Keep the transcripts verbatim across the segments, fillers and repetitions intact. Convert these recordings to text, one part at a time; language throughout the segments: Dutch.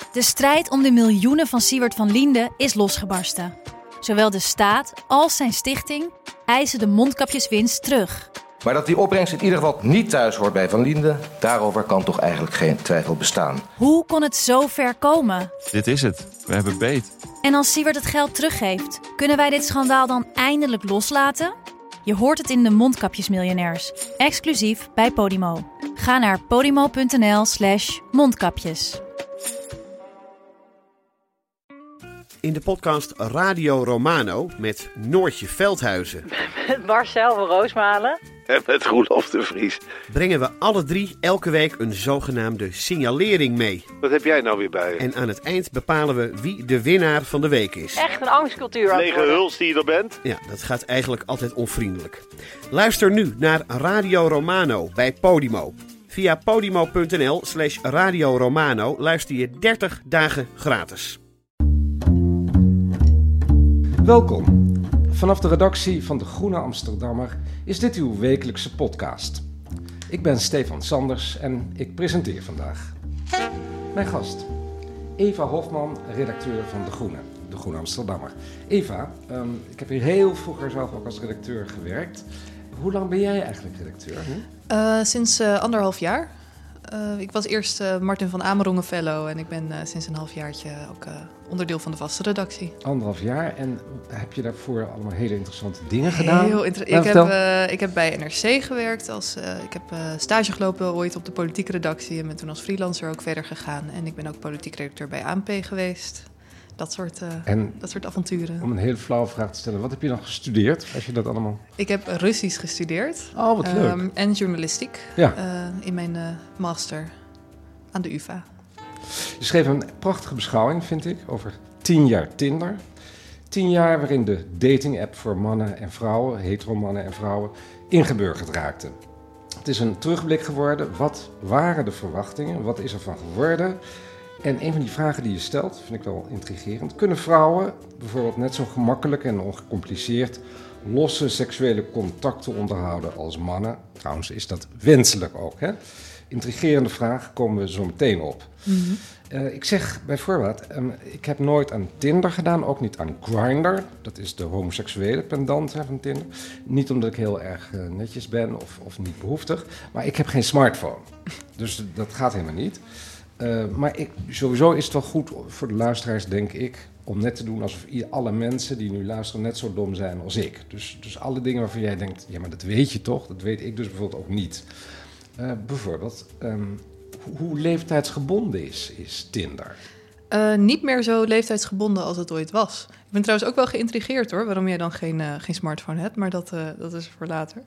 De strijd om de miljoenen van Siewert van Liende is losgebarsten. Zowel de staat als zijn stichting eisen de mondkapjeswinst terug. Maar dat die opbrengst in ieder geval niet thuis hoort bij Van Liende, daarover kan toch eigenlijk geen twijfel bestaan. Hoe kon het zo ver komen? Dit is het. We hebben beet. En als Siewert het geld teruggeeft, kunnen wij dit schandaal dan eindelijk loslaten? Je hoort het in de Mondkapjesmiljonairs, exclusief bij Podimo. Ga naar podimo.nl slash mondkapjes. In de podcast Radio Romano met Noortje Veldhuizen. Met Marcel van Roosmalen. En met Roelof de Vries. Brengen we alle drie elke week een zogenaamde signalering mee. Wat heb jij nou weer bij je? En aan het eind bepalen we wie de winnaar van de week is. Echt een angstcultuur. Lege huls die je er bent. Ja, dat gaat eigenlijk altijd onvriendelijk. Luister nu naar Radio Romano bij Podimo. Via podimo.nl slash Radio Romano luister je dertig dagen gratis. Welkom. Vanaf de redactie van De Groene Amsterdammer is dit uw wekelijkse podcast. Ik ben Stefan Sanders en ik presenteer vandaag. Mijn gast, Eva Hofman, redacteur van De Groene, De Groene Amsterdammer. Eva, um, ik heb hier heel vroeger zelf ook als redacteur gewerkt. Hoe lang ben jij eigenlijk redacteur? Hm? Uh, sinds uh, anderhalf jaar. Uh, ik was eerst uh, Martin van Amerongen fellow en ik ben uh, sinds een halfjaartje ook uh, onderdeel van de vaste redactie. Anderhalf jaar. En heb je daarvoor allemaal hele interessante dingen gedaan? Heel inter- ik, heb, uh, ik heb bij N R C gewerkt. Als, uh, ik heb uh, stage gelopen ooit op de politieke redactie en ben toen als freelancer ook verder gegaan. En ik ben ook politiek redacteur bij A N P geweest. Dat soort, uh, en dat soort avonturen. Om een hele flauwe vraag te stellen. Wat heb je dan gestudeerd, als je dat allemaal... Ik heb Russisch gestudeerd. Oh, wat leuk. Um, en journalistiek. Ja. Uh, in mijn uh, master aan de U vA. Je schreef een prachtige beschouwing, vind ik, over tien jaar Tinder. Tien jaar waarin de dating-app voor mannen en vrouwen, hetero mannen en vrouwen, ingeburgerd raakte. Het is een terugblik geworden. Wat waren de verwachtingen? Wat is er van geworden? En een van die vragen die je stelt, vind ik wel intrigerend. Kunnen vrouwen bijvoorbeeld net zo gemakkelijk en ongecompliceerd losse seksuele contacten onderhouden als mannen? Trouwens is dat wenselijk ook, hè? Intrigerende vraag, komen we zo meteen op. Mm-hmm. Uh, ik zeg bij voorbaat, um, ik heb nooit aan Tinder gedaan, ook niet aan Grindr. Dat is de homoseksuele pendant hè, van Tinder. Niet omdat ik heel erg uh, netjes ben of, of niet behoeftig, maar ik heb geen smartphone. Dus dat gaat helemaal niet. Uh, maar ik, sowieso is het wel goed voor de luisteraars, denk ik, om net te doen alsof alle mensen die nu luisteren net zo dom zijn als ik. Dus, dus alle dingen waarvan jij denkt, ja, maar dat weet je toch? Dat weet ik dus bijvoorbeeld ook niet. Uh, bijvoorbeeld, um, hoe leeftijdsgebonden is, is Tinder? Uh, niet meer zo leeftijdsgebonden als het ooit was. Ik ben trouwens ook wel geïntrigeerd hoor, waarom jij dan geen, uh, geen smartphone hebt, maar dat, uh, dat is voor later.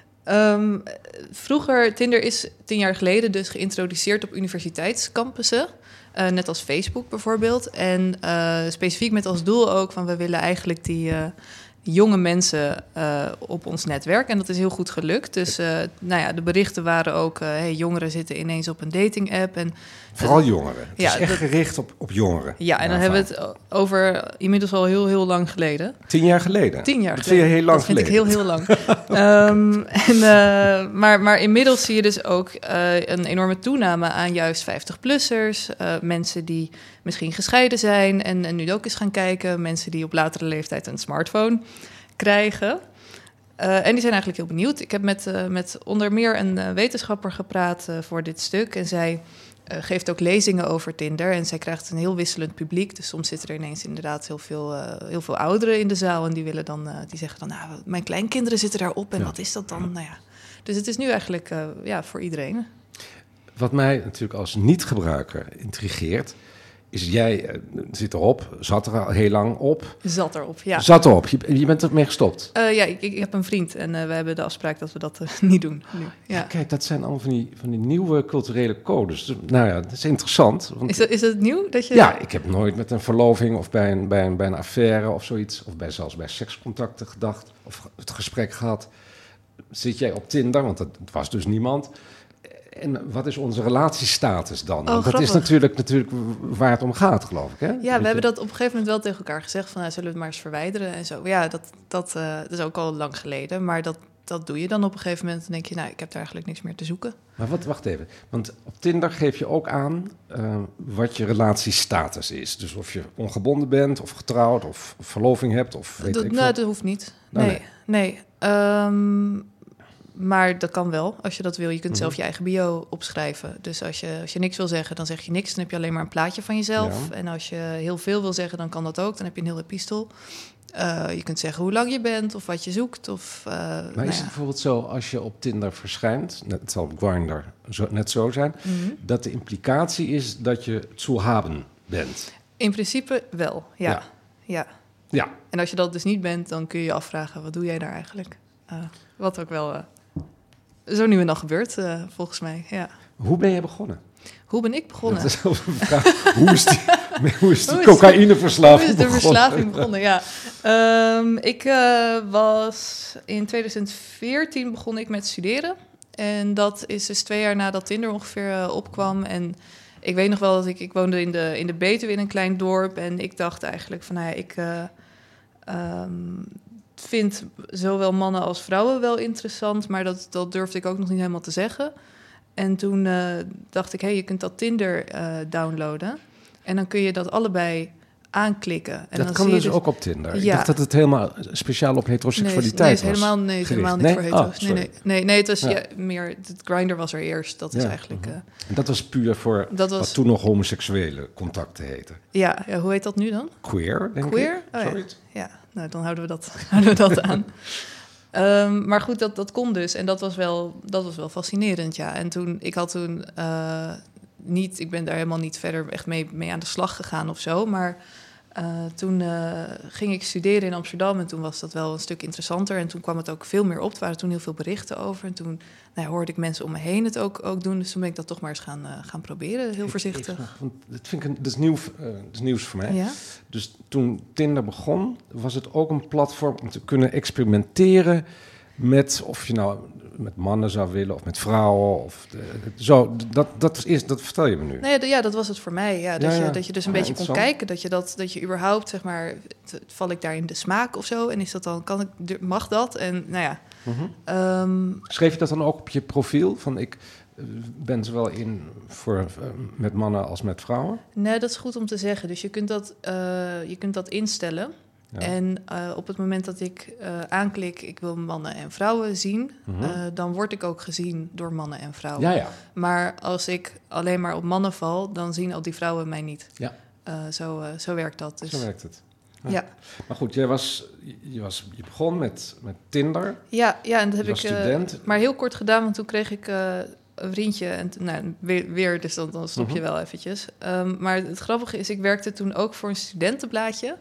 Um, vroeger, Tinder is tien jaar geleden dus geïntroduceerd op universiteitscampussen. Uh, net als Facebook bijvoorbeeld. En uh, specifiek met als doel ook van we willen eigenlijk die uh, jonge mensen uh, op ons netwerk. En dat is heel goed gelukt. Dus uh, nou ja, de berichten waren ook, uh, hey, jongeren zitten ineens op een dating app. En Vooral jongeren. Het ja, is echt dat, gericht op, op jongeren. Ja, en dan hebben we het over inmiddels al heel, heel lang geleden. Tien jaar geleden? Tien jaar dat geleden. Vind je heel lang dat vind geleden. ik heel, heel lang. um, en, uh, maar, maar inmiddels zie je dus ook uh, een enorme toename aan juist vijftig-plussers. Uh, mensen die misschien gescheiden zijn en, en nu ook eens gaan kijken. Mensen die op latere leeftijd een smartphone krijgen. Uh, en die zijn eigenlijk heel benieuwd. Ik heb met, uh, met onder meer een uh, wetenschapper gepraat uh, voor dit stuk. En zij uh, geeft ook lezingen over Tinder. En zij krijgt een heel wisselend publiek. Dus soms zitten er ineens inderdaad heel veel, uh, heel veel ouderen in de zaal. En die, willen dan, uh, die zeggen dan, nou, mijn kleinkinderen zitten daarop. En ja. Wat is dat dan? Nou ja. Dus het is nu eigenlijk uh, ja, voor iedereen. Wat mij natuurlijk als niet-gebruiker intrigeert, is jij uh, zit erop, zat er al heel lang op. Zat erop, ja. Zat erop, je, je bent ermee gestopt? Uh, ja, ik, ik heb een vriend en uh, we hebben de afspraak dat we dat uh, niet doen nu. Ja. Ja, kijk, dat zijn allemaal van die, van die nieuwe culturele codes. Dus, nou ja, dat is interessant. Want, is, dat, is dat nieuw? Dat je... Ja, ik heb nooit met een verloving of bij een, bij een, bij een affaire of zoiets, of bij, zelfs bij sekscontacten gedacht of het gesprek gehad. Zit jij op Tinder, want dat was dus niemand. En wat is onze relatiestatus dan? Oh, Want dat grappig. is natuurlijk, natuurlijk waar het om gaat, geloof ik. Hè? Ja, we dat hebben je... dat op een gegeven moment wel tegen elkaar gezegd van, nou, zullen we het maar eens verwijderen en zo. Ja, dat, dat, uh, dat is ook al lang geleden, maar dat, dat doe je dan op een gegeven moment. Dan denk je, nou, ik heb daar eigenlijk niks meer te zoeken. Maar wat, wacht even. Want op Tinder geef je ook aan uh, wat je relatiestatus is. Dus of je ongebonden bent, of getrouwd, of verloving hebt, of weet dat, ik nou, veel. dat hoeft niet. Nou, nee, nee. nee. Um, maar dat kan wel, als je dat wil. Je kunt Mm-hmm. zelf je eigen bio opschrijven. Dus als je, als je niks wil zeggen, dan zeg je niks. Dan heb je alleen maar een plaatje van jezelf. Ja. En als je heel veel wil zeggen, dan kan dat ook. Dan heb je een heel epistel. Uh, je kunt zeggen hoe lang je bent of wat je zoekt. Of, uh, maar nou is ja. het bijvoorbeeld zo, als je op Tinder verschijnt, net, het zal op Grindr zo, net zo zijn, Mm-hmm. dat de implicatie is dat je zu haben bent? In principe wel, ja. Ja. ja. Ja. En als je dat dus niet bent, dan kun je je afvragen, wat doe jij daar eigenlijk? Uh, wat ook wel uh, zo nu en dan gebeurt, uh, volgens mij, ja. Hoe ben je begonnen? Hoe ben ik begonnen? Dat is wel een vraag. Hoe is die, hoe is die Hoe is- cocaïneverslaving Hoe is de begonnen? verslaving begonnen? Ja. Um, ik uh, was in twintig veertien begon ik met studeren. En dat is dus twee jaar nadat Tinder ongeveer uh, opkwam. En ik weet nog wel dat ik... Ik woonde in de, in de Betuwe in een klein dorp. En ik dacht eigenlijk van... Nou ja, ik uh, um, vind zowel mannen als vrouwen wel interessant. Maar dat, dat durfde ik ook nog niet helemaal te zeggen. En toen uh, dacht ik... Hé, hey, je kunt dat Tinder uh, downloaden. En dan kun je dat allebei aanklikken. En Dat dan kan zie je dus ook op Tinder. Ik Ja. dacht dat het helemaal speciaal op Nee, heteroseksualiteit nee, het is was. helemaal, nee, het is gericht. helemaal niet Nee? voor hetero's. Oh, nee, sorry. nee, nee, nee, het was Ja. ja, meer... Het Grindr was er eerst. Dat is Ja, eigenlijk... mhm. Uh, En dat was puur voor Dat was- wat toen nog homoseksuele contacten heten. ja, ja, hoe heet dat nu dan? Queer, denk Queer? ik. Oh, ja. Zoiets. Ja, nou, dan houden we dat, houden we dat aan. Um, maar goed, dat, dat kon dus. En dat was wel, dat was wel fascinerend, ja. En toen, ik had toen uh, niet... Ik ben daar helemaal niet verder echt mee, mee aan de slag gegaan of zo. Maar uh, toen uh, ging ik studeren in Amsterdam. En toen was dat wel een stuk interessanter. En toen kwam het ook veel meer op. Er waren toen heel veel berichten over. En toen nou, hoorde ik mensen om me heen het ook, ook doen. Dus toen ben ik dat toch maar eens gaan, uh, gaan proberen. Heel voorzichtig. Even, want dat, vind ik een, dat, is nieuw, uh, dat is nieuws voor mij. Ja? Dus toen Tinder begon, was het ook een platform om te kunnen experimenteren met of je nou met mannen zou willen of met vrouwen. Of de, zo, dat, dat, is, dat vertel je me nu. Nee, ja, dat was het voor mij. Ja, dat, Ja, ja. Je, dat je dus een Ja, beetje kon interessant. kijken. Dat je, dat, dat je überhaupt, zeg maar, t- val ik daar in de smaak of zo? En is dat dan, kan ik, mag dat? En nou ja. Mhm. Um, Schreef je dat dan ook op je profiel? Van ik uh, ben zowel in voor uh, met mannen als met vrouwen? nee, dat is goed om te zeggen. Dus je kunt dat, uh, je kunt dat instellen. Ja. En uh, op het moment dat ik uh, aanklik, ik wil mannen en vrouwen zien, Mhm. uh, dan word ik ook gezien door mannen en vrouwen. Ja, ja. Maar als ik alleen maar op mannen val, dan zien al die vrouwen mij niet. Ja. Uh, zo, uh, zo werkt dat. Dus, Zo werkt het. ja. Maar goed, jij was, je, was, je begon met, met Tinder. Ja, ja, en dat heb Je ik was uh, student. maar heel kort gedaan, want toen kreeg ik uh, een vriendje en t- nou, weer, weer, dus dan, dan stop je Mhm. wel eventjes. Um, maar het grappige is, ik werkte toen ook voor een studentenblaadje.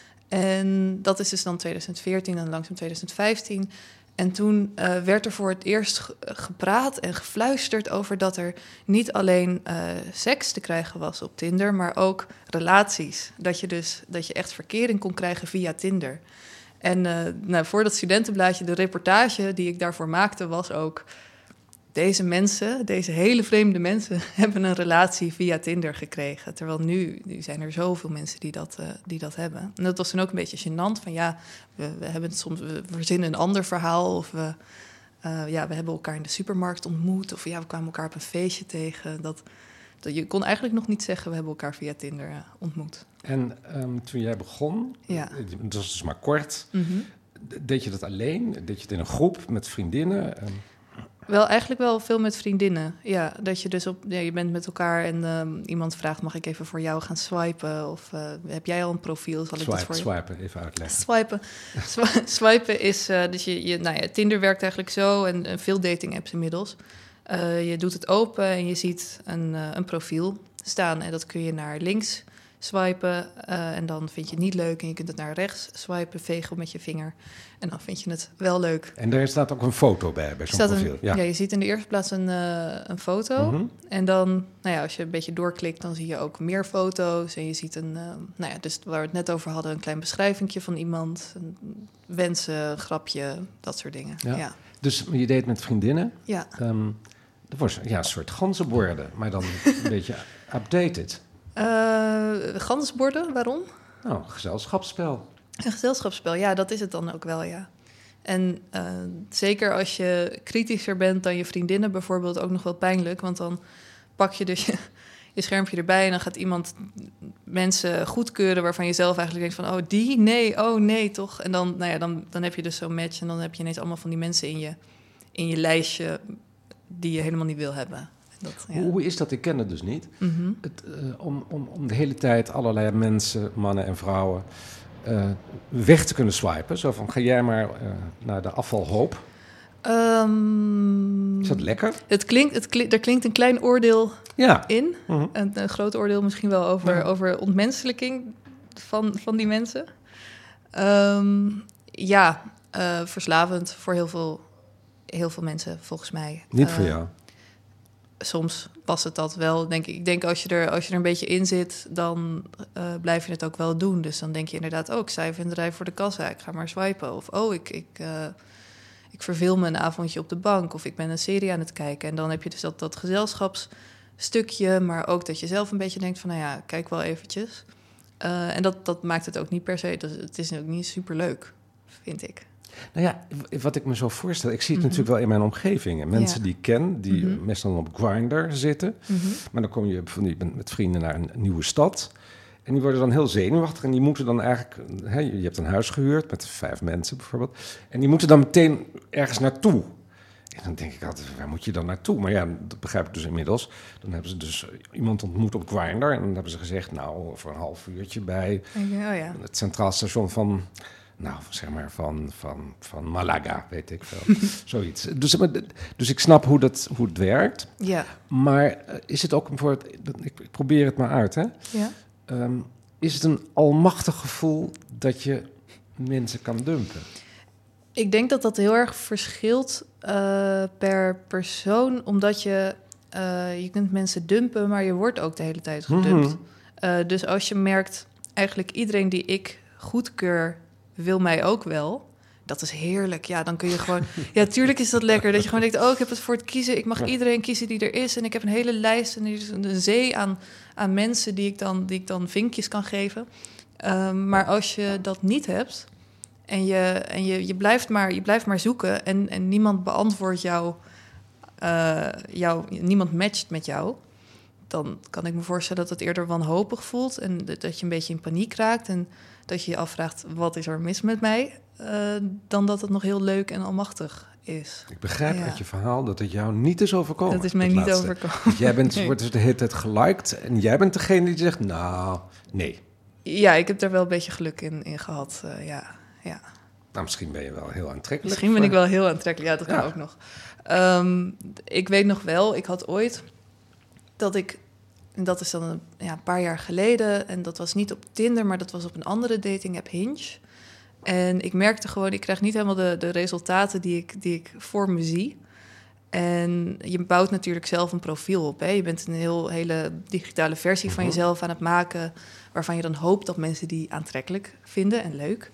En dat is dus dan twintig veertien en langzaam twintig vijftien. En toen uh, werd er voor het eerst ge- gepraat en gefluisterd over dat er niet alleen uh, seks te krijgen was op Tinder, maar ook relaties. Dat je dus dat je echt verkering kon krijgen via Tinder. En uh, nou, voor dat studentenblaadje, de reportage die ik daarvoor maakte, was ook... Deze mensen, deze hele vreemde mensen, hebben een relatie via Tinder gekregen. Terwijl nu, nu zijn er zoveel mensen die dat, uh, die dat hebben. En dat was dan ook een beetje gênant. Van ja, we, we hebben het soms, we verzinnen een ander verhaal. Of we, uh, ja, we hebben elkaar in de supermarkt ontmoet. Of ja, we kwamen elkaar op een feestje tegen. Dat, dat, je kon eigenlijk nog niet zeggen, we hebben elkaar via Tinder uh, ontmoet. En um, toen jij begon, Ja. dat was dus maar kort, Mm-hmm. deed je dat alleen? Deed je het in een groep met vriendinnen? Um, Wel, eigenlijk wel veel met vriendinnen. Ja, dat je dus op, ja, je bent met elkaar en um, iemand vraagt, mag ik even voor jou gaan swipen? Of uh, heb jij al een profiel? Zal ik dat swipe, voor je? swipen, even uitleggen. Swipen. Swi- swipen is, uh, dus je, je, nou ja, Tinder werkt eigenlijk zo en, en veel dating apps inmiddels. Uh, je doet het open en je ziet een, uh, een profiel staan en dat kun je naar links swipen uh, en dan vind je het niet leuk en je kunt het naar rechts swipen, vegen met je vinger en dan vind je het wel leuk. En daar staat ook een foto bij, bij zo'n Staat profiel. een, Ja. ja, je ziet in de eerste plaats een, uh, een foto. Mhm. En dan, nou ja, als je een beetje doorklikt, dan zie je ook meer foto's. En je ziet een, uh, nou ja, dus waar we het net over hadden, een klein beschrijvingje van iemand. Een wensen, een grapje, dat soort dingen. Ja. Ja, ja. Dus je deed het met vriendinnen. ja. Um, dat was ja, een soort ganzenborden, maar dan een beetje updated. Uh, ganzenborden, waarom? Nou, gezelschapsspel. Een gezelschapsspel, ja, dat is het dan ook wel, ja. En uh, zeker als je kritischer bent dan je vriendinnen bijvoorbeeld, ook nog wel pijnlijk. Want dan pak je dus je, je schermpje erbij en dan gaat iemand mensen goedkeuren waarvan je zelf eigenlijk denkt van, oh die, nee, oh nee, toch? En dan, nou ja, dan, dan heb je dus zo'n match en dan heb je ineens allemaal van die mensen in je, in je lijstje die je helemaal niet wil hebben. Dat, ja. Hoe is dat? Ik ken het dus niet. Mm-hmm. Het, uh, om, om, om de hele tijd allerlei mensen, mannen en vrouwen, uh, weg te kunnen swipen. Zo van, ga jij maar uh, naar de afvalhoop. Um, is dat lekker? Het klinkt, het klinkt, er klinkt een klein oordeel ja. in. Mm-hmm. Een, een groot oordeel misschien wel over, ja. over ontmenselijking van, van die mensen. Um, ja, uh, verslavend voor heel veel, heel veel mensen, volgens mij. Niet uh, voor jou? Soms was het dat wel, denk ik. Ik denk als je er, als je er een beetje in zit, dan uh, blijf je het ook wel doen. Dus dan denk je inderdaad, oh, ik sta even in de rij voor de kassa. Ik ga maar swipen. Of, oh, ik, ik, uh, ik verveel me een avondje op de bank. Of ik ben een serie aan het kijken. En dan heb je dus dat, dat gezelschapsstukje, maar ook dat je zelf een beetje denkt van, nou ja, kijk wel eventjes. Uh, en dat, dat maakt het ook niet per se, dat, het is ook niet superleuk, vind ik. Nou ja, wat ik me zo voorstel, ik zie het Mm-hmm. natuurlijk wel in mijn omgeving. Mensen ja. die ik ken, die Mm-hmm. meestal op Grindr zitten. Mm-hmm. Maar dan kom je, je bent met vrienden naar een nieuwe stad. En die worden dan heel zenuwachtig. En die moeten dan eigenlijk, hè, je hebt een huis gehuurd met vijf mensen bijvoorbeeld. En die moeten dan meteen ergens naartoe. En dan denk ik altijd, waar moet je dan naartoe? Maar ja, dat begrijp ik dus inmiddels. Dan hebben ze dus iemand ontmoet op Grindr. En dan hebben ze gezegd, nou, voor een half uurtje bij Oh ja. het centraal station van... Nou, zeg maar van, van, van Malaga, weet ik veel. Zoiets. Dus, dus ik snap hoe, dat, hoe het werkt. Ja. Maar is het ook voor het... Ik, ik probeer het maar uit, hè. Ja. Um, is het een almachtig gevoel dat je mensen kan dumpen? Ik denk dat dat heel erg verschilt uh, per persoon, omdat je... Uh, je kunt mensen dumpen, maar je wordt ook de hele tijd gedumpt. Mm-hmm. Uh, dus als je merkt, eigenlijk iedereen die ik goedkeur... wil mij ook wel. Dat is heerlijk. Ja, dan kun je gewoon... Ja, tuurlijk is dat lekker. Dat je gewoon denkt, oh, ik heb het voor het kiezen. Ik mag iedereen kiezen die er is. En ik heb een hele lijst en er is een zee aan, aan mensen... Die ik, dan, die ik dan vinkjes kan geven. Um, maar als je dat niet hebt... en je, en je, je, blijft, maar, je blijft maar zoeken... en, en niemand beantwoordt jou, uh, jou... niemand matcht met jou... dan kan ik me voorstellen dat het eerder wanhopig voelt... en dat je een beetje in paniek raakt... en dat je je afvraagt, wat is er mis met mij... Uh, dan dat het nog heel leuk en almachtig is. Ik begrijp ja. uit je verhaal dat het jou niet is overkomen. Dat is mij niet laatste. overkomen. Want jij bent, nee. wordt dus de hele tijd geliked... en jij bent degene die zegt, nou, nee. Ja, ik heb daar wel een beetje geluk in, in gehad, uh, ja, ja. Nou, misschien ben je wel heel aantrekkelijk. Misschien ben ik wel heel aantrekkelijk, ja, dat kan ja. ook nog. Um, ik weet nog wel, ik had ooit... dat ik... En dat is dan een, ja, een paar jaar geleden. En dat was niet op Tinder, maar dat was op een andere dating app, Hinge. En ik merkte gewoon, ik krijg niet helemaal de, de resultaten die ik, die ik voor me zie. En je bouwt natuurlijk zelf een profiel op. Hè? Je bent een heel, hele digitale versie van jezelf aan het maken... waarvan je dan hoopt dat mensen die aantrekkelijk vinden en leuk.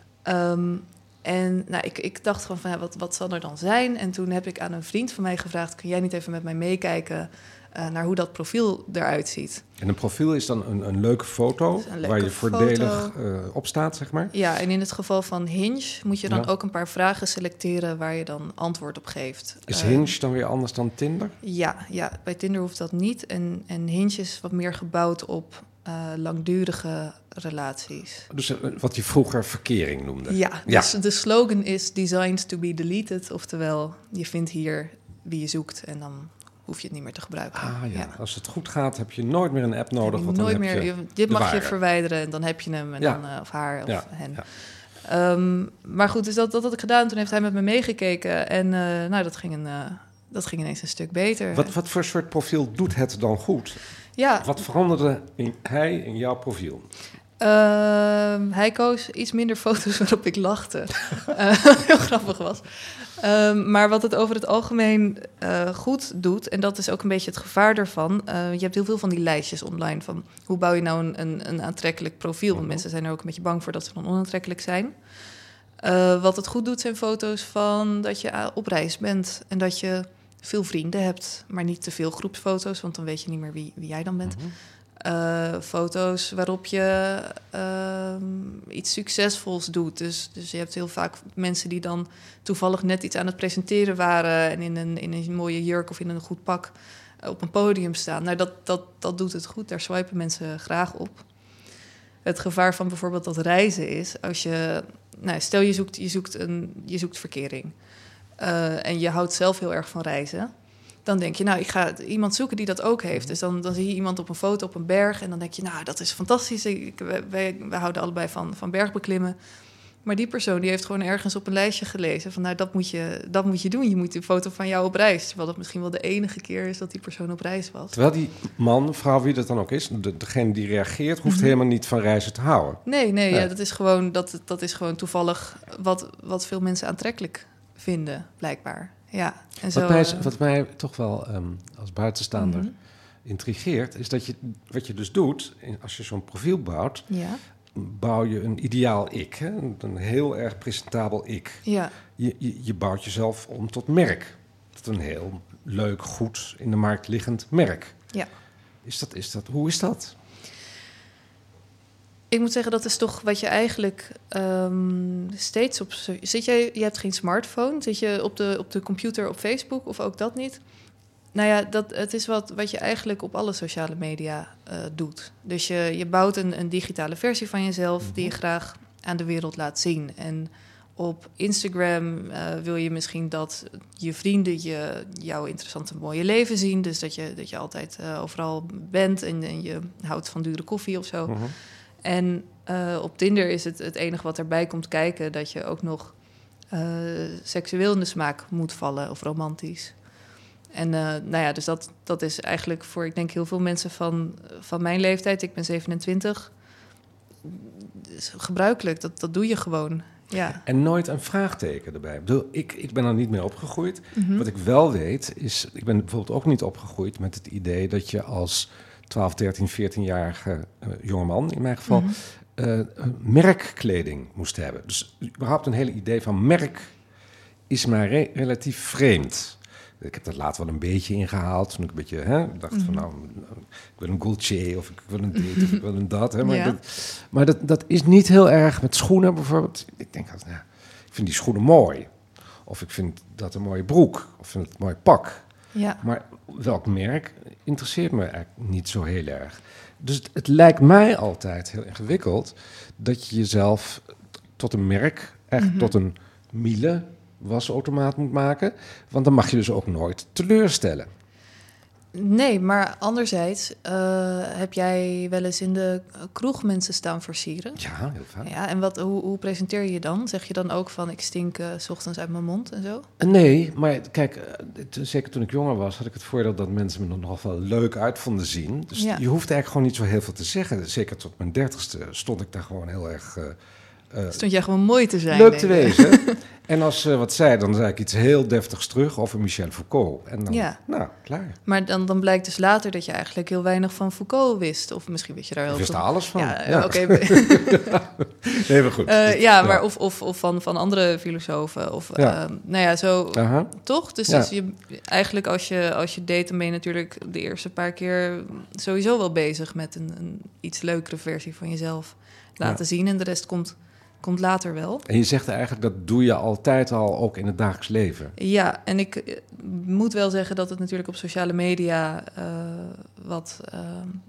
Um, en nou, ik, ik dacht gewoon van, ja, wat, wat zal er dan zijn? En toen heb ik aan een vriend van mij gevraagd... kun jij niet even met mij meekijken... Uh, naar hoe dat profiel eruit ziet. En een profiel is dan een, een leuke foto... Een leuke waar je voordelig foto. Uh, op staat, zeg maar? Ja, en in het geval van Hinge moet je dan ja. ook een paar vragen selecteren... waar je dan antwoord op geeft. Is uh, Hinge dan weer anders dan Tinder? Ja, ja, bij Tinder hoeft dat niet. En, en Hinge is wat meer gebouwd op uh, langdurige relaties. Dus uh, wat je vroeger verkering noemde? Ja, ja. Dus de slogan is designed to be deleted. Oftewel, je vindt hier wie je zoekt en dan... hoef je het niet meer te gebruiken. Ah ja. ja, als het goed gaat heb je nooit meer een app nodig. Je Want nooit dan meer, heb je je, dit mag ware. je verwijderen en dan heb je hem. En ja. dan, uh, of haar of ja. hen. Ja. Um, maar goed, dus dat, dat had ik gedaan. Toen heeft hij met me meegekeken. En uh, nou, dat ging, een, uh, dat ging ineens een stuk beter. Wat, wat voor soort profiel doet het dan goed? Ja. Wat veranderde in, hij in jouw profiel? Uh, hij koos iets minder foto's waarop ik lachte. uh, heel grappig was. Um, maar wat het over het algemeen uh, goed doet... en dat is ook een beetje het gevaar daarvan... Uh, je hebt heel veel van die lijstjes online... van hoe bouw je nou een, een, een aantrekkelijk profiel... want mensen zijn er ook een beetje bang voor dat ze dan onaantrekkelijk zijn. Uh, wat het goed doet zijn foto's van dat je op reis bent... en dat je veel vrienden hebt, maar niet te veel groepsfoto's... want dan weet je niet meer wie, wie jij dan bent... Mm-hmm. Uh, foto's waarop je uh, iets succesvols doet. Dus, dus je hebt heel vaak mensen die dan toevallig net iets aan het presenteren waren en in een, in een mooie jurk of in een goed pak op een podium staan. Nou, dat, dat, dat doet het goed. Daar swipen mensen graag op. Het gevaar van bijvoorbeeld dat reizen is, als je, nou, stel je zoekt, je zoekt, een, je zoekt verkering uh, en je houdt zelf heel erg van reizen. Dan denk je, nou, ik ga iemand zoeken die dat ook heeft. Dus dan, dan zie je iemand op een foto op een berg en dan denk je, nou, dat is fantastisch. Ik, wij, wij, wij houden allebei van, van bergbeklimmen. Maar die persoon die heeft gewoon ergens op een lijstje gelezen van, nou, dat moet je, dat moet je doen. Je moet een foto van jou op reis. Terwijl dat misschien wel de enige keer is dat die persoon op reis was. Terwijl die man, vrouw, wie dat dan ook is, de, degene die reageert, hoeft mm-hmm. helemaal niet van reizen te houden. Nee, nee, ja. Ja, dat is gewoon, dat, dat is gewoon toevallig wat, wat veel mensen aantrekkelijk vinden, blijkbaar. Ja, en zo, wat, mij, uh... wat mij toch wel um, als buitenstaander mm-hmm. intrigeert, is dat je wat je dus doet, als je zo'n profiel bouwt, ja. bouw je een ideaal ik, hè? Een heel erg presentabel ik. Ja. Je, je, je bouwt jezelf om tot merk. Tot een heel leuk, goed in de markt liggend merk. Ja. Is dat, is dat, hoe is dat? Ik moet zeggen, dat is toch wat je eigenlijk um, steeds op... Zit jij, je hebt geen smartphone? Zit je op de, op de computer op Facebook of ook dat niet? Nou ja, dat, het is wat, wat je eigenlijk op alle sociale media uh, doet. Dus je, je bouwt een, een digitale versie van jezelf mm-hmm. die je graag aan de wereld laat zien. En op Instagram uh, wil je misschien dat je vrienden je, jouw interessante mooie leven zien. Dus dat je, dat je altijd uh, overal bent en, en je houdt van dure koffie of zo. Mm-hmm. En uh, op Tinder is het het enige wat erbij komt kijken dat je ook nog uh, seksueel in de smaak moet vallen of romantisch. En uh, nou ja, dus dat, dat is eigenlijk voor, ik denk, heel veel mensen van, van mijn leeftijd, ik ben zevenentwintig, gebruikelijk. Dat, dat doe je gewoon, ja. En nooit een vraagteken erbij. Ik bedoel, ik, ik ben er niet mee opgegroeid. Mm-hmm. Wat ik wel weet, is, ik ben bijvoorbeeld ook niet opgegroeid met het idee dat je als twaalf, dertien, veertienjarige uh, jongeman, in mijn geval, mm-hmm. uh, merkkleding moest hebben. Dus überhaupt een hele idee van merk is maar re- relatief vreemd. Ik heb dat later wel een beetje ingehaald. Toen ik een beetje hè, dacht mm-hmm. van, nou, ik wil een Gaultier of ik wil een dit of ik wil een dat. Hè, maar ja. dat, maar dat, dat is niet heel erg met schoenen bijvoorbeeld. Ik denk, dat, nou, ik vind die schoenen mooi. Of ik vind dat een mooie broek. Of vind het een mooi pak. Ja. Maar welk merk interesseert me eigenlijk niet zo heel erg. Dus het, het lijkt mij altijd heel ingewikkeld dat je jezelf tot een merk, echt mm-hmm. tot een Miele wasautomaat moet maken. Want dan mag je dus ook nooit teleurstellen. Nee, maar anderzijds uh, heb jij wel eens in de kroeg mensen staan versieren? Ja, heel vaak. Ja, en wat, hoe, hoe presenteer je je dan? Zeg je dan ook van ik stink uh, 's ochtends uit mijn mond en zo? Nee, maar kijk, uh, t- zeker toen ik jonger was, had ik het voordeel dat mensen me er nog wel leuk uit vonden zien. Dus ja. je hoeft eigenlijk gewoon niet zo heel veel te zeggen. Zeker tot mijn dertigste stond ik daar gewoon heel erg... Uh, uh, Stond jij gewoon mooi te zijn? Leuk te wezen. En als ze uh, wat zei, dan zei ik iets heel deftigs terug over Michel Foucault. En dan, ja. nou, klaar. Maar dan, dan blijkt dus later dat je eigenlijk heel weinig van Foucault wist. Of misschien wist je daar heel veel. Ik wist veel... er alles van. Ja, ja. oké. Okay. Nee, maar goed. Uh, ja, maar ja. Of, of, of van, van andere filosofen. Of, ja. uh, nou ja, zo... Uh-huh. Toch? Dus, ja. dus je, eigenlijk als je, als je date, dan ben je natuurlijk de eerste paar keer sowieso wel bezig met een, een iets leukere versie van jezelf laten ja. zien. En de rest komt... Komt later wel. En je zegt eigenlijk, dat doe je altijd al, ook in het dagelijks leven. Ja, en ik uh, moet wel zeggen dat het natuurlijk op sociale media... Uh, wat uh,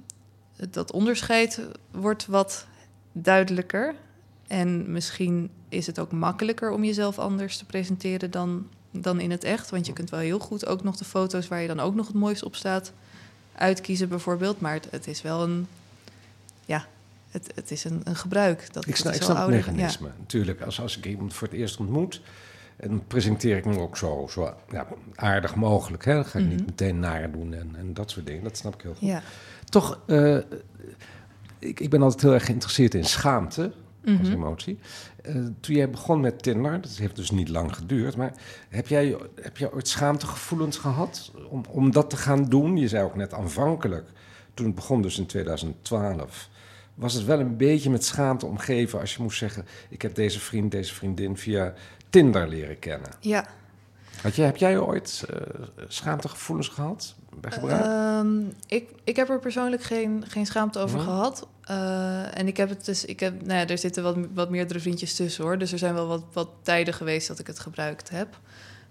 dat onderscheid wordt wat duidelijker. En misschien is het ook makkelijker om jezelf anders te presenteren dan, dan in het echt. Want je kunt wel heel goed ook nog de foto's waar je dan ook nog het mooiste op staat uitkiezen bijvoorbeeld. Maar het, het is wel een... ja. Het, het is een, een gebruik. Dat, ik snap, dat ik snap ouder, het mechanisme, ja. Natuurlijk. Als, als ik iemand voor het eerst ontmoet... en presenteer ik me ook zo, zo ja, aardig mogelijk. Hè? Dan ga ik mm-hmm. niet meteen naar doen en, en dat soort dingen. Dat snap ik heel goed. Ja. Toch, uh, ik, ik ben altijd heel erg geïnteresseerd in schaamte... Mm-hmm. als emotie. Uh, toen jij begon met Tinder, dat heeft dus niet lang geduurd... maar heb jij, heb jij ooit schaamtegevoelens gehad om, om dat te gaan doen? Je zei ook net aanvankelijk, toen het begon dus in tweeduizend twaalf... was het wel een beetje met schaamte omgeven als je moest zeggen... ik heb deze vriend, deze vriendin via Tinder leren kennen. Ja. Had jij, heb jij ooit uh, schaamtegevoelens gehad bij gebruik? Um, ik, ik heb er persoonlijk geen, geen schaamte over Ja. gehad. Uh, en ik heb het dus, ik heb, nou ja, er zitten wat, wat meerdere vriendjes tussen hoor. Dus er zijn wel wat, wat tijden geweest dat ik het gebruikt heb.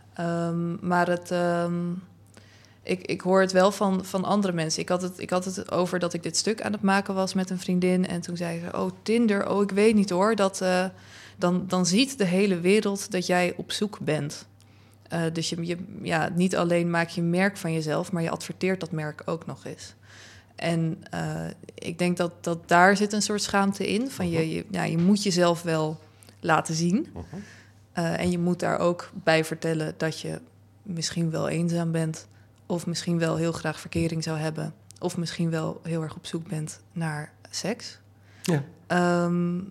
Um, maar het, um, ik, ik hoor het wel van, van andere mensen. Ik had, het, ik had het over dat ik dit stuk aan het maken was met een vriendin. En toen zei ze, oh Tinder, oh ik weet niet hoor. Dat, uh, dan, dan ziet de hele wereld dat jij op zoek bent. Uh, dus je, je, ja, niet alleen maak je merk van jezelf, maar je adverteert dat merk ook nog eens. En uh, ik denk dat, dat daar zit een soort schaamte in. Van je, je, ja, je moet jezelf wel laten zien. Uh, en je moet daar ook bij vertellen dat je misschien wel eenzaam bent. Of misschien wel heel graag verkering zou hebben. Of misschien wel heel erg op zoek bent naar seks. Ja. Um,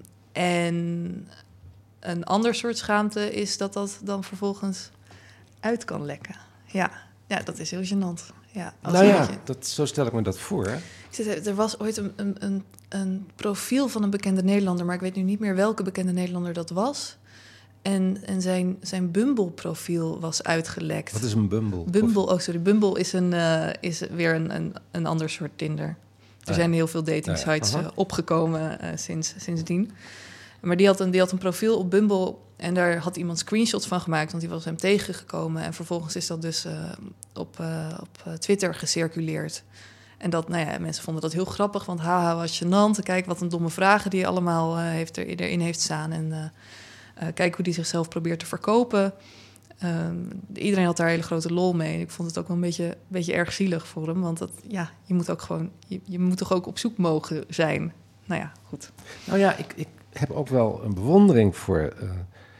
en een ander soort schaamte is dat dat dan vervolgens uit kan lekken. Ja, ja dat is heel gênant. Ja, als nou ja, je... dat, zo stel ik me dat voor. Hè? Ik zit, er was ooit een, een, een, een profiel van een bekende Nederlander, maar ik weet nu niet meer welke bekende Nederlander dat was. En, en zijn, zijn Bumble-profiel was uitgelekt. Wat is een Bumble? Bumble, oh sorry, Bumble is, een, uh, is weer een, een, een ander soort Tinder. Er ah, zijn heel veel dating sites ja, uh, opgekomen uh, sinds, sindsdien. Maar die had, een, die had een profiel op Bumble en daar had iemand screenshots van gemaakt, want die was hem tegengekomen. En vervolgens is dat dus uh, op, uh, op Twitter gecirculeerd. En dat, nou ja, mensen vonden dat heel grappig, want haha, wat gênant. Kijk wat een domme vragen die hij allemaal uh, heeft er, erin heeft staan. En uh, uh, kijk hoe die zichzelf probeert te verkopen. Um, iedereen had daar hele grote lol mee. En ik vond het ook wel een beetje, een beetje erg zielig voor hem. Want dat, ja, je moet ook gewoon, je, je moet toch ook op zoek mogen zijn. Nou ja, goed. Nou ja, ik, ik heb ook wel een bewondering voor uh,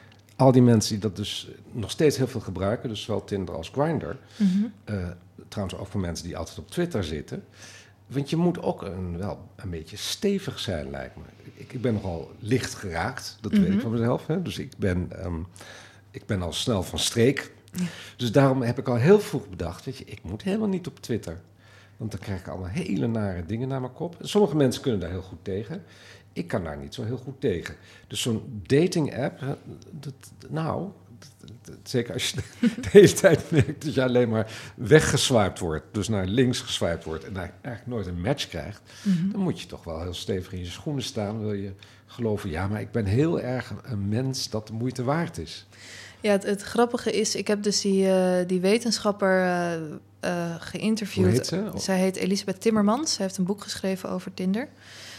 al die mensen die dat dus nog steeds heel veel gebruiken. Dus zowel Tinder als Grindr. Mm-hmm. Uh, trouwens ook voor mensen die altijd op Twitter zitten. Want je moet ook een, wel een beetje stevig zijn, lijkt me. Ik, ik ben nogal licht geraakt, dat Mm-hmm. weet ik van mezelf. Hè? Dus ik ben, um, ik ben al snel van streek. Ja. Dus daarom heb ik al heel vroeg bedacht, weet je, ik moet helemaal niet op Twitter. Want dan krijg ik allemaal hele nare dingen naar mijn kop. Sommige mensen kunnen daar heel goed tegen. Ik kan daar niet zo heel goed tegen. Dus zo'n dating-app, dat, nou, dat, dat, zeker als je deze tijd merkt dat je alleen maar weggeswiped wordt, dus naar links geswiped wordt en daar eigenlijk nooit een match krijgt, mm-hmm. dan moet je toch wel heel stevig in je schoenen staan. Wil je geloven, ja, maar ik ben heel erg een mens dat de moeite waard is. Ja, het, het grappige is, ik heb dus die, uh, die wetenschapper uh, uh, geïnterviewd. Hoe heet ze? Oh. Zij heet Elisabeth Timmermans. Zij heeft een boek geschreven over Tinder.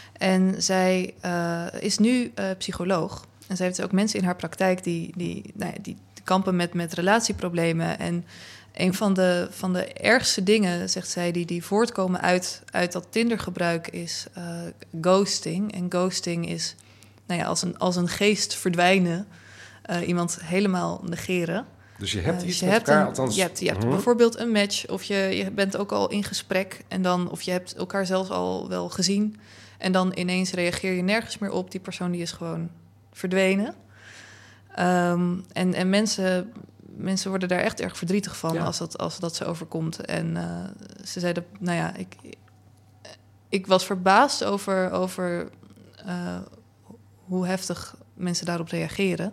En zij uh, is nu uh, psycholoog. En zij heeft dus ook mensen in haar praktijk die, die, nou ja, die kampen met, met relatieproblemen. En een van de, van de ergste dingen, zegt zij, die, die voortkomen uit, uit dat Tindergebruik is uh, ghosting. En ghosting is nou ja, als, een, als een geest verdwijnen, uh, iemand helemaal negeren. Dus je hebt uh, dus iets je met hebt elkaar, een, althans... Je hebt, je hebt mm-hmm. bijvoorbeeld een match, of je, je bent ook al in gesprek, en dan, of je hebt elkaar zelfs al wel gezien. En dan ineens reageer je nergens meer op. Die persoon die is gewoon verdwenen. Um, en en mensen, mensen worden daar echt erg verdrietig van, ja. als, dat, als dat ze overkomt. En uh, ze zeiden, nou ja, ik, ik was verbaasd over, over uh, hoe heftig mensen daarop reageren.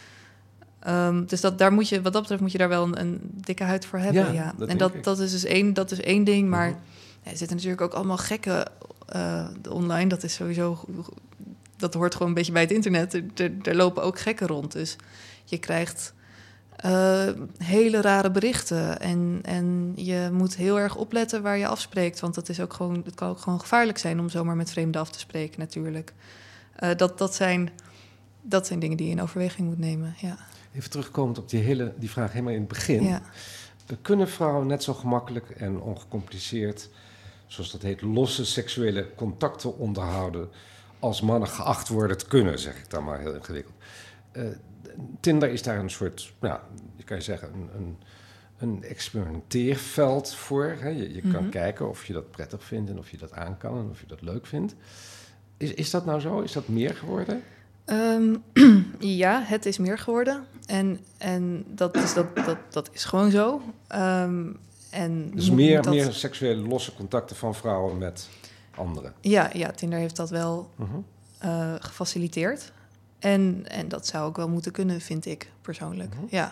Um, dus dat, daar moet je, wat dat betreft moet je daar wel een, een dikke huid voor hebben. Ja, ja. Dat en dat, dat, is dus één, dat is één ding, maar mm-hmm. ja, er zitten natuurlijk ook allemaal gekken uh, online. Dat is sowieso, dat hoort gewoon een beetje bij het internet. Er, er, er lopen ook gekken rond. Dus je krijgt uh, hele rare berichten. En, en je moet heel erg opletten waar je afspreekt. Want dat is ook gewoon, het kan ook gewoon gevaarlijk zijn om zomaar met vreemden af te spreken natuurlijk. Uh, dat, dat, zijn, dat zijn dingen die je in overweging moet nemen, ja. Even terugkomend op die, hele, die vraag helemaal in het begin. Ja. Kunnen vrouwen net zo gemakkelijk en ongecompliceerd, zoals dat heet, losse seksuele contacten onderhouden als mannen geacht worden te kunnen, zeg ik dan maar heel ingewikkeld. Uh, Tinder is daar een soort, nou, je kan je zeggen, een, een, een experimenteerveld voor. Hè? Je, je kan mm-hmm. kijken of je dat prettig vindt en of je dat aan kan en of je dat leuk vindt. Is, is dat nou zo? Is dat meer geworden? Um, ja, het is meer geworden. En, en dat, is, dat, dat, dat is gewoon zo. Um, en dus meer, dat... meer seksuele losse contacten van vrouwen met anderen? Ja, ja, Tinder heeft dat wel uh-huh. uh, gefaciliteerd. En, en dat zou ook wel moeten kunnen, vind ik persoonlijk. Uh-huh. Ja,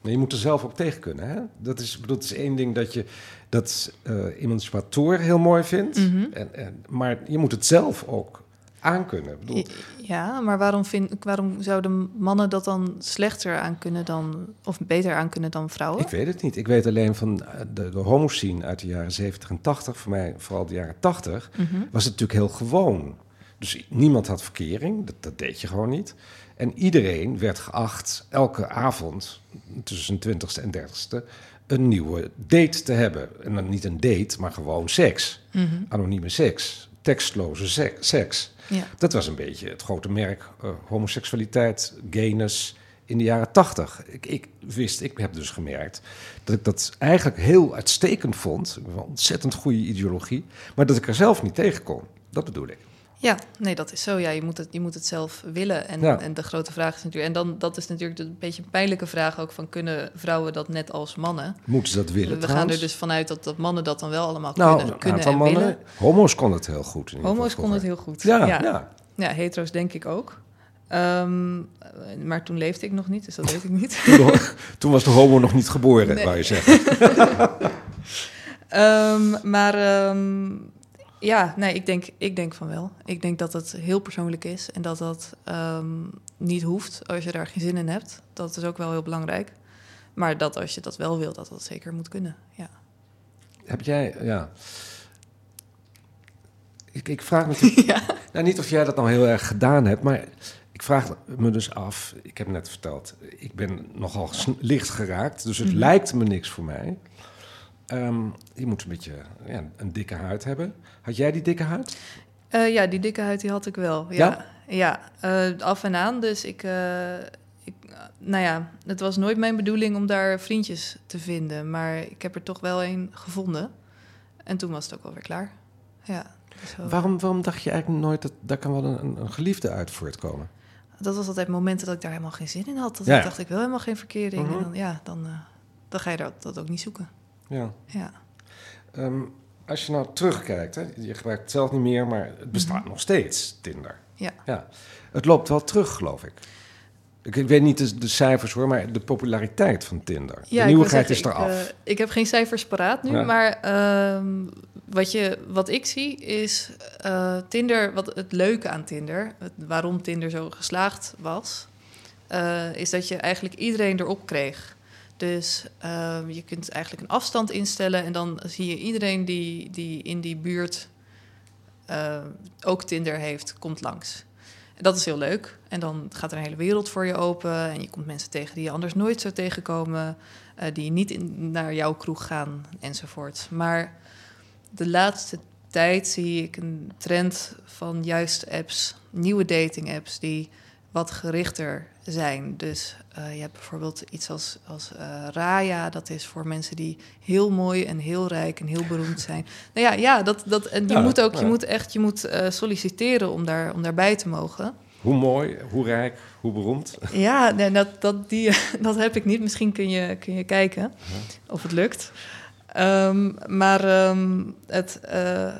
Maar je moet er zelf ook tegen kunnen. Hè? Dat is, bedoel, het is één ding dat je dat uh, emancipator heel mooi vindt. Mm-hmm. En, en, maar je moet het zelf ook aankunnen. Bedoel, ja, maar waarom, vind, waarom zouden mannen dat dan slechter aankunnen dan, of beter aankunnen dan vrouwen? Ik weet het niet. Ik weet alleen van de, de homoscene uit de jaren zeventig en tachtig, voor mij vooral de jaren tachtig, mm-hmm. was het natuurlijk heel gewoon. Dus niemand had verkering, dat, dat deed je gewoon niet. En iedereen werd geacht elke avond tussen zijn twintigste en dertigste een nieuwe date te hebben. En dan niet een date, maar gewoon seks. Mm-hmm. Anonieme seks, tekstloze seks. seks. Ja. Dat was een beetje het grote merk uh, homoseksualiteit, gayness in de jaren tachtig. Ik, ik wist, ik heb dus gemerkt dat ik dat eigenlijk heel uitstekend vond. Een ontzettend goede ideologie, maar dat ik er zelf niet tegen kon. Dat bedoel ik. Ja, nee, dat is zo. Ja, je moet het, je moet het zelf willen. En, ja. en de grote vraag is natuurlijk... En dan, dat is natuurlijk een beetje een pijnlijke vraag ook van... kunnen vrouwen dat net als mannen? Moeten ze dat willen, We trouwens? gaan er dus vanuit dat, dat mannen dat dan wel allemaal nou, kunnen, kunnen aantal en mannen, willen. Homo's kon het heel goed. Homo's kon het heel goed. Ja, ja. ja. ja, hetero's denk ik ook. Um, maar toen leefde ik nog niet, dus dat weet ik niet. Toen, toen was de homo nog niet geboren, nee. wou je zeggen. um, maar... Um, Ja, nee, ik denk, ik denk van wel. Ik denk dat het heel persoonlijk is en dat dat um, niet hoeft als je daar geen zin in hebt. Dat is ook wel heel belangrijk. Maar dat als je dat wel wil, dat dat zeker moet kunnen, ja. Heb jij, ja... Ik, ik vraag me natuurlijk... ja. Nou, niet of jij dat nou heel erg gedaan hebt, maar ik vraag me dus af... Ik heb net verteld, ik ben nogal licht geraakt, dus het mm-hmm. lijkt me niks voor mij... Um, je moet een beetje ja, een dikke huid hebben. Had jij die dikke huid? Uh, ja, die dikke huid die had ik wel. Ja, ja? ja uh, af en aan. Dus ik, uh, ik, uh, nou ja, het was nooit mijn bedoeling om daar vriendjes te vinden. Maar ik heb er toch wel een gevonden. En toen was het ook wel weer klaar. Ja, zo. Waarom, waarom dacht je eigenlijk nooit dat daar kan wel een, een geliefde uit voortkomen? Dat was altijd momenten dat ik daar helemaal geen zin in had. Dat ja. ik dacht, ik wil helemaal geen verkering. Mm-hmm. En dan, ja, dan, uh, dan ga je dat, dat ook niet zoeken. Ja. ja. Um, als je nou terugkijkt, hè, je gebruikt het zelf niet meer, maar het bestaat mm-hmm. nog steeds, Tinder. Ja. ja. Het loopt wel terug, geloof ik. Ik, ik weet niet de, de cijfers hoor, maar de populariteit van Tinder. Ja, de nieuwigheid is eraf. Ik, uh, ik heb geen cijfers paraat nu, ja. maar uh, wat, je, wat ik zie is uh, Tinder, wat het leuke aan Tinder, het, waarom Tinder zo geslaagd was, uh, is dat je eigenlijk iedereen erop kreeg. Dus uh, je kunt eigenlijk een afstand instellen en dan zie je iedereen die, die in die buurt uh, ook Tinder heeft, komt langs. En dat is heel leuk. En dan gaat er een hele wereld voor je open en je komt mensen tegen die je anders nooit zou tegenkomen, uh, die niet in, naar jouw kroeg gaan enzovoort. Maar de laatste tijd zie ik een trend van juist apps, nieuwe dating apps die wat gerichter zijn. Dus uh, je hebt bijvoorbeeld iets als, als uh, Raya. Dat is voor mensen die heel mooi en heel rijk en heel beroemd zijn. Nou ja, ja dat, dat, en je ja, moet ook, ja. je moet echt, je moet uh, solliciteren om, daar, om daarbij te mogen. Hoe mooi, hoe rijk, hoe beroemd. Ja, nee, dat, dat, die, dat heb ik niet. Misschien kun je, kun je kijken ja. of het lukt. Um, maar um, het, uh,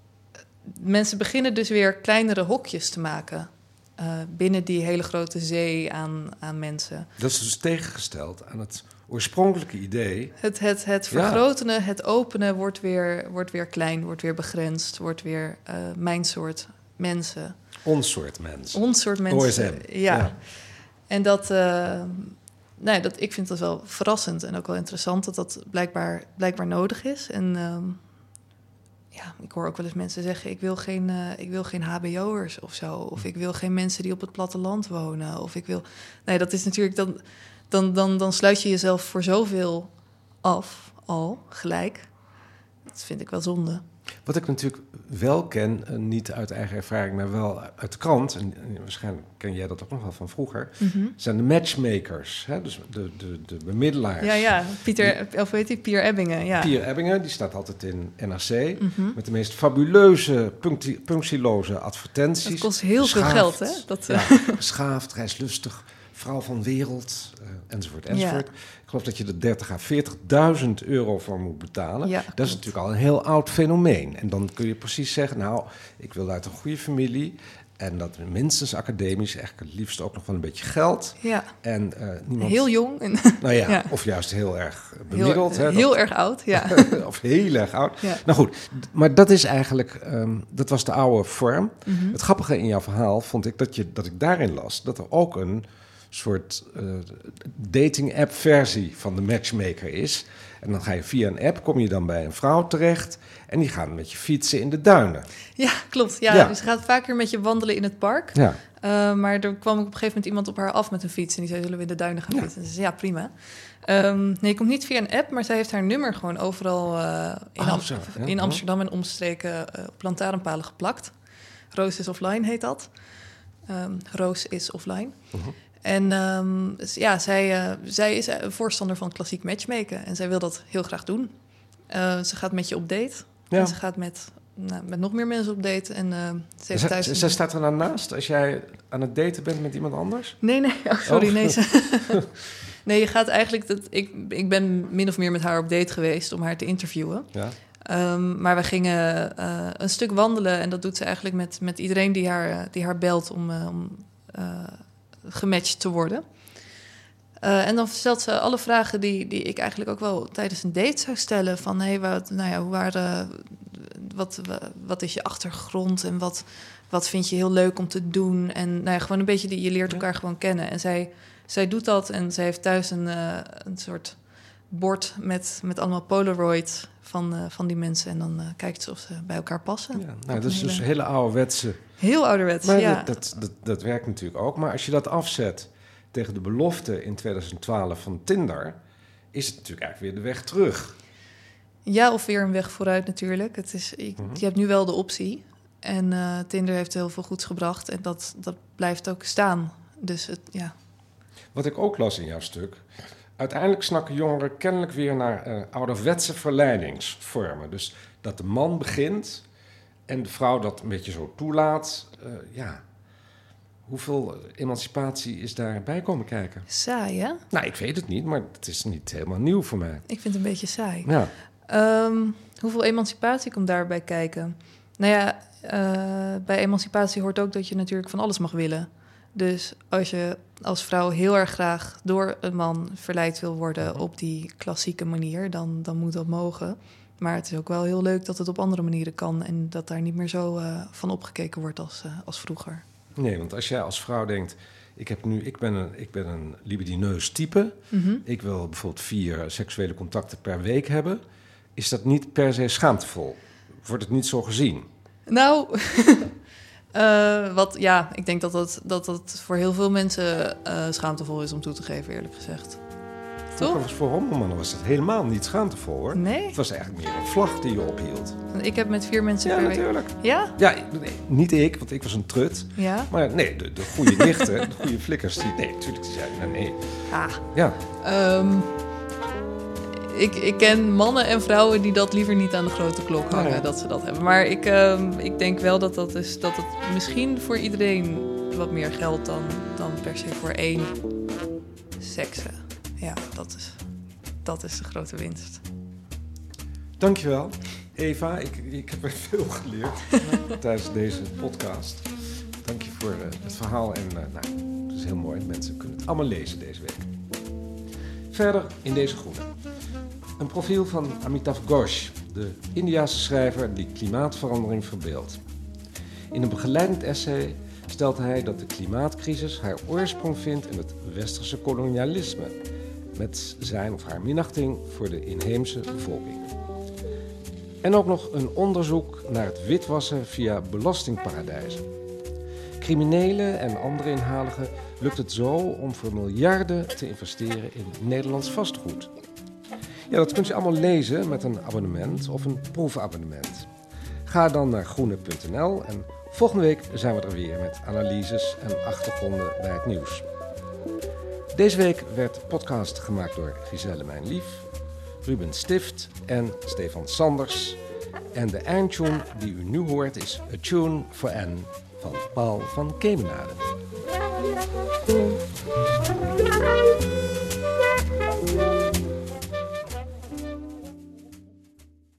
mensen beginnen dus weer kleinere hokjes te maken. Uh, binnen die hele grote zee aan, aan mensen. Dat is dus tegengesteld aan het oorspronkelijke idee. Het, het, het vergroten, ja. het openen wordt weer, wordt weer klein, wordt weer begrensd, wordt weer uh, mijn soort mensen. Ons soort mensen. Ons soort mensen. O S M. Ja. ja. En dat, uh, nee, dat, ik vind dat wel verrassend en ook wel interessant dat dat blijkbaar, blijkbaar nodig is. En um, ja, ik hoor ook wel eens mensen zeggen, ik wil geen, uh, ik wil geen H B O'ers of zo. Of ik wil geen mensen die op het platteland wonen. Of ik wil... Nee, dat is natuurlijk... Dan, dan, dan, dan sluit je jezelf voor zoveel af, al, gelijk. Dat vind ik wel zonde. Wat ik natuurlijk wel ken, uh, niet uit eigen ervaring, maar wel uit de krant, en, en waarschijnlijk ken jij dat ook nog wel van vroeger, mm-hmm. zijn de matchmakers, hè? Dus de, de, de bemiddelaars. Ja, ja, Pieter, die, of weet je, Pier Ebbingen, ja. Pier Ebbingen, die staat altijd in N R C, mm-hmm. met de meest fabuleuze, puncti- punctieloze advertenties. Dat kost heel Beschaafd, veel geld, hè? Dat, ja, beschaafd, reislustig, vrouw van wereld, uh, enzovoort, enzovoort. Ja. Ik geloof dat je er dertig à veertigduizend euro voor moet betalen. Ja, dat is klopt. natuurlijk al een heel oud fenomeen. En dan kun je precies zeggen, nou, ik wil uit een goede familie. En dat minstens academisch, eigenlijk het liefst ook nog wel een beetje geld. Ja. En uh, niemand... Heel jong. En Nou ja, ja. of juist heel erg bemiddeld. Heel, hè, heel dat... erg oud, ja. of heel erg oud. Ja. Nou goed, d- maar dat is eigenlijk, um, dat was de oude vorm. Mm-hmm. Het grappige in jouw verhaal vond ik dat, je, dat ik daarin las dat er ook een soort uh, dating-app versie van de matchmaker is. En dan ga je via een app, kom je dan bij een vrouw terecht en die gaan met je fietsen in de duinen. Ja, klopt. Ja, Ja. Dus ze gaat vaker met je wandelen in het park. Ja. Uh, maar er kwam op een gegeven moment iemand op haar af met een fiets. En die zei, zullen we in de duinen gaan Ja. fietsen? Dus ja, prima. Um, nee, je komt niet via een app, maar zij heeft haar nummer gewoon overal uh, in, Oh, Am- zo, ja. in Amsterdam en omstreken uh, op lantaarnpalen geplakt. Roos is offline heet dat. Um, Roos is offline. Uh-huh. En um, dus ja, zij, uh, zij is een voorstander van klassiek matchmaken. En zij wil dat heel graag doen. Uh, ze gaat met je op date. Ja. En ze gaat met, nou, met nog meer mensen op date. En uh, ze heeft thuis... Zij, een- zij staat er dan naast als jij aan het daten bent met iemand anders? Nee, nee, oh, sorry. Oh. Nee, ze... nee, je gaat eigenlijk... Dat, ik, ik ben min of meer met haar op date geweest om haar te interviewen. Ja. Um, maar we gingen uh, een stuk wandelen. En dat doet ze eigenlijk met, met iedereen die haar, die haar belt om, uh, om uh, gematcht te worden. Uh, en dan stelt ze alle vragen die, die ik eigenlijk ook wel tijdens een date zou stellen. Van, hé, hey, wat, nou ja, hoe waren, wat, wat is je achtergrond en wat, wat vind je heel leuk om te doen? En nou ja, gewoon een beetje, die, je leert elkaar gewoon kennen. En zij, zij doet dat en zij heeft thuis een, uh, een soort bord met, met allemaal Polaroid van, uh, van die mensen. En dan uh, kijkt ze of ze bij elkaar passen. Ja, nou, dat is dus hele ouderwetse... Heel ouderwets, Maar ja. dat, dat, dat, dat werkt natuurlijk ook. Maar als je dat afzet tegen de belofte in twintig twaalf van Tinder, is het natuurlijk eigenlijk weer de weg terug. Ja, of weer een weg vooruit natuurlijk. Het is, je, Mm-hmm. je hebt nu wel de optie. En uh, Tinder heeft heel veel goeds gebracht. En dat, dat blijft ook staan. Dus het, ja. Wat ik ook las in jouw stuk. Uiteindelijk snakken jongeren kennelijk weer naar uh, ouderwetse verleidingsvormen. Dus dat de man begint en de vrouw dat een beetje zo toelaat. Uh, ja, hoeveel emancipatie is daarbij komen kijken? Saai, hè? Nou, ik weet het niet, maar het is niet helemaal nieuw voor mij. Ik vind het een beetje saai. Ja. Um, hoeveel emancipatie komt daarbij kijken? Nou ja, uh, bij emancipatie hoort ook dat je natuurlijk van alles mag willen. Dus als je als vrouw heel erg graag door een man verleid wil worden op die klassieke manier, dan, dan moet dat mogen. Maar het is ook wel heel leuk dat het op andere manieren kan en dat daar niet meer zo uh, van opgekeken wordt als, uh, als vroeger. Nee, want als jij als vrouw denkt, ik, heb nu, ik, ben, een, ik ben een libidineus type, Mm-hmm. ik wil bijvoorbeeld vier seksuele contacten per week hebben, is dat niet per se schaamtevol? Wordt het niet zo gezien? Nou, uh, wat, ja, ik denk dat dat, dat dat voor heel veel mensen uh, schaamtevol is om toe te geven, eerlijk gezegd. Vroeger was voor homomannen was dat helemaal niet schaamtevol, hoor. Nee? Het was eigenlijk meer een vlag die je ophield. Ik heb met vier mensen Ja, per week... natuurlijk. Ja? Ja, nee, niet ik, want ik was een trut. Ja? Maar nee, de, de goede nichten, de goede flikkers, die, nee, natuurlijk, die zeiden, nou, nee. Ah. Ja, Um, ik, ik ken mannen en vrouwen die dat liever niet aan de grote klok hangen, Ja, ja. dat ze dat hebben. Maar ik, um, ik denk wel dat, dat, is, dat het misschien voor iedereen wat meer geldt dan, dan per se voor één sekse. Ja, dat is, dat is de grote winst. dankjewel. Eva, ik, ik heb er veel geleerd tijdens deze podcast. Dank je voor uh, het verhaal en uh, nou, het is heel mooi. Mensen kunnen het allemaal lezen deze week. Verder in deze groene. Een profiel van Amitav Ghosh, de Indiase schrijver die klimaatverandering verbeeldt. In een begeleidend essay stelt hij dat de klimaatcrisis haar oorsprong vindt in het westerse kolonialisme, met zijn of haar minachting voor de inheemse bevolking. En ook nog een onderzoek naar het witwassen via belastingparadijzen. Criminelen en andere inhaligen lukt het zo om voor miljarden te investeren in Nederlands vastgoed. Ja, dat kunt u allemaal lezen met een abonnement of een proefabonnement. Ga dan naar groene punt n l en volgende week zijn we er weer met analyses en achtergronden bij het nieuws. Deze week werd de podcast gemaakt door Giselle Mijnlief, Ruben Stift en Stefan Sanders. En de eindtune die u nu hoort is A Tune for N van Paul van Kemenade.